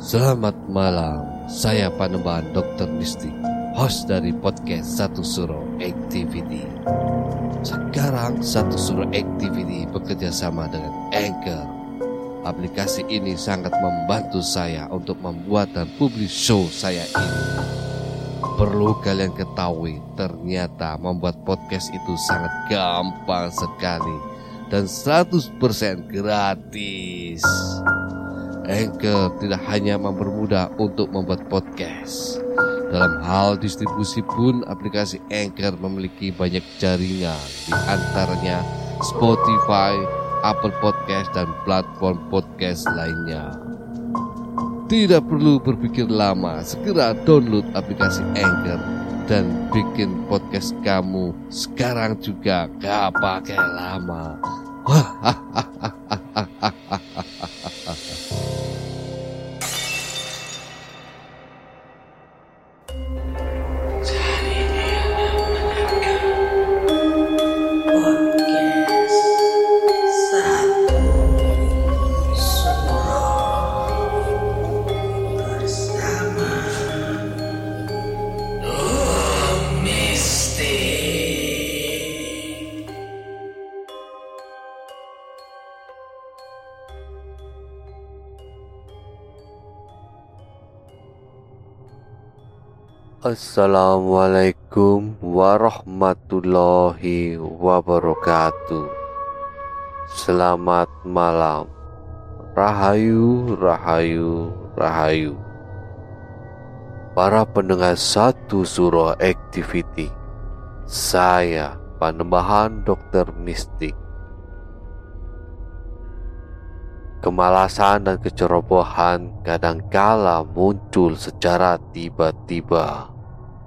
Selamat malam, saya Panembahan Dr. Mistik, host dari podcast Satu Suro Activity. Sekarang Satu Suro Activity bekerja sama dengan Anchor. Aplikasi ini sangat membantu saya untuk membuat dan publish show saya ini. Perlu kalian ketahui, ternyata membuat podcast itu sangat gampang sekali dan 100% gratis. Anchor tidak hanya mempermudah untuk membuat podcast. Dalam hal distribusi pun aplikasi Anchor memiliki banyak jaringan, di antaranya Spotify, Apple Podcast, dan platform podcast lainnya. Tidak perlu berpikir lama, segera download aplikasi Anchor dan bikin podcast kamu sekarang juga, gak pakai lama. Assalamualaikum warahmatullahi wabarakatuh. Selamat malam. Rahayu, rahayu, rahayu. Para pendengar Satu Suro Activity, saya Panembahan Dr. Mistik. Kemalasan dan kecerobohan kadangkala muncul secara tiba-tiba.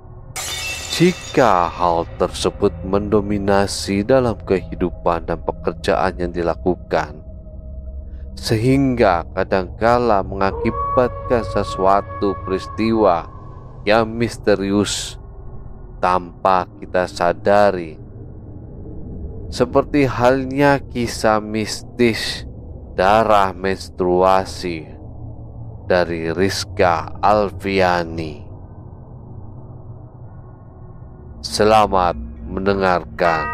Jika hal tersebut mendominasi dalam kehidupan dan pekerjaan yang dilakukan, sehingga kadangkala mengakibatkan sesuatu peristiwa yang misterius tanpa kita sadari, seperti halnya kisah mistis darah menstruasi dari Rizka Alfiani. Selamat mendengarkan.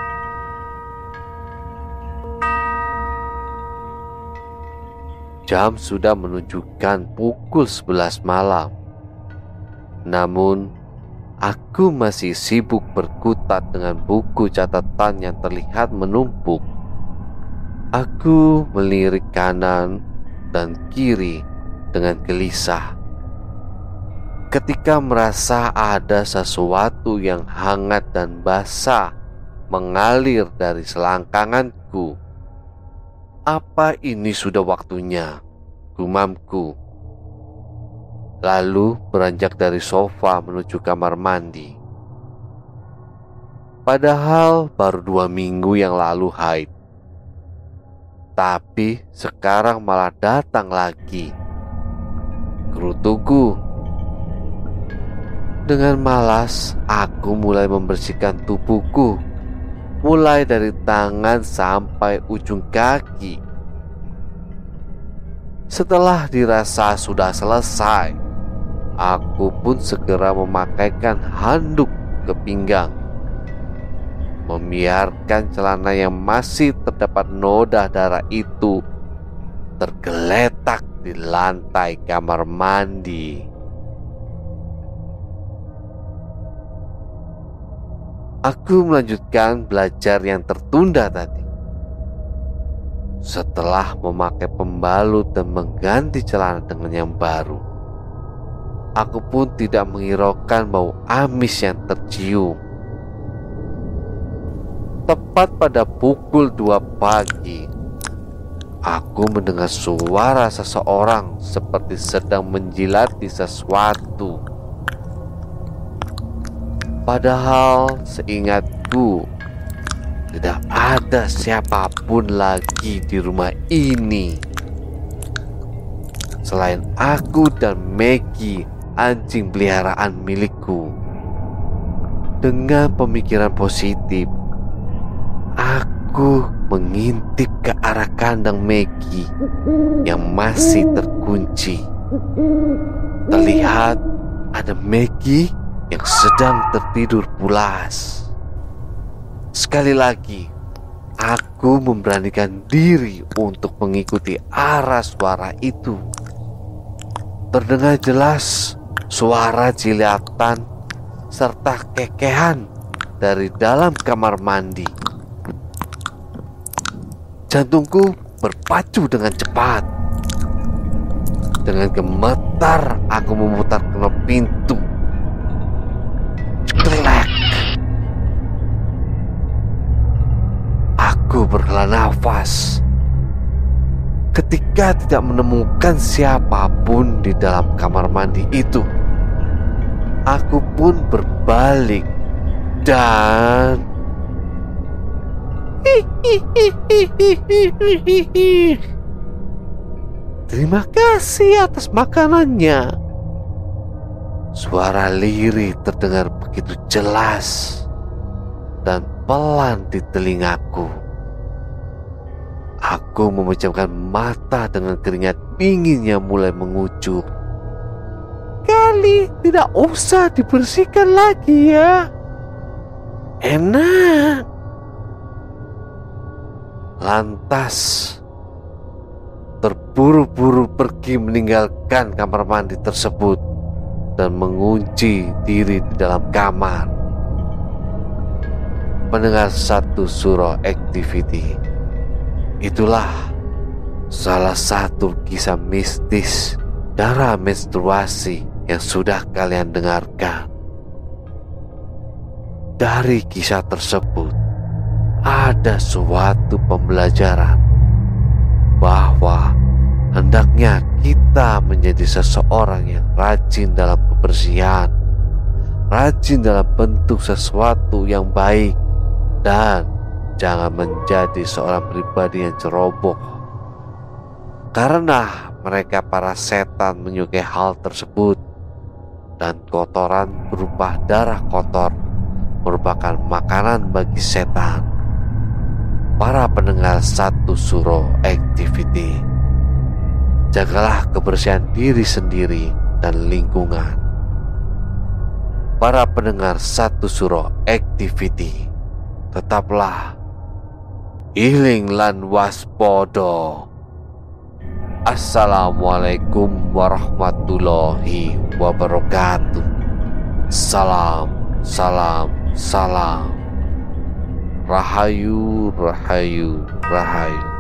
Jam sudah menunjukkan pukul 11 malam. Namun, aku masih sibuk berkutat dengan buku catatan yang terlihat menumpuk. Aku melirik kanan dan kiri dengan gelisah ketika merasa ada sesuatu yang hangat dan basah mengalir dari selangkanganku. Apa ini sudah waktunya? Gumamku. Lalu beranjak dari sofa menuju kamar mandi. Padahal baru 2 minggu yang lalu haid. Tapi sekarang malah datang lagi. Gerutuku. Dengan malas, aku mulai membersihkan tubuhku, mulai dari tangan sampai ujung kaki. Setelah dirasa sudah selesai, aku pun segera memakaikan handuk ke pinggang, membiarkan celana yang masih terdapat noda darah itu tergeletak di lantai kamar mandi. Aku melanjutkan belajar yang tertunda tadi. Setelah memakai pembalut dan mengganti celana dengan yang baru, aku pun tidak menghiraukan bau amis yang tercium. Tepat pada pukul 2 pagi, aku mendengar suara seseorang seperti sedang menjilati sesuatu. Padahal seingatku tidak ada siapapun lagi di rumah ini selain aku dan Maggie, anjing peliharaan milikku. Dengan pemikiran positif, aku mengintip ke arah kandang Maggie yang masih terkunci. terlihat ada Maggie yang sedang tertidur pulas. Sekali lagi, aku memberanikan diri untuk mengikuti arah suara itu. Terdengar jelas suara jilatan serta kekehan dari dalam kamar mandi. Jantungku berpacu dengan cepat. Dengan gemetar aku memutar knop pintu. Ceklek. Aku berhela nafas ketika tidak menemukan siapapun di dalam kamar mandi itu. Aku pun berbalik dan terima kasih atas makanannya. Suara lirih terdengar begitu jelas dan pelan di telingaku. Aku memejamkan mata dengan keringat dinginnya mulai mengucur. Kali tidak usah dibersihkan lagi ya. Enak. Lantas terburu-buru pergi meninggalkan kamar mandi tersebut dan mengunci diri di dalam kamar. Pendengar Satu Suro Activity, itulah salah satu kisah mistis darah menstruasi yang sudah kalian dengarkan. Dari kisah tersebut ada suatu pembelajaran bahwa hendaknya kita menjadi seseorang yang rajin dalam kebersihan, rajin dalam bentuk sesuatu yang baik, dan jangan menjadi seorang pribadi yang ceroboh. Karena mereka para setan menyukai hal tersebut, dan kotoran berupa darah kotor merupakan makanan bagi setan. Para pendengar Satu Suro Activity, jagalah kebersihan diri sendiri dan lingkungan. Para pendengar Satu Suro Activity, tetaplah iling lan waspodo. Assalamualaikum warahmatullahi wabarakatuh. Salam, salam, salam. Rahayu, rahayu, rahayu.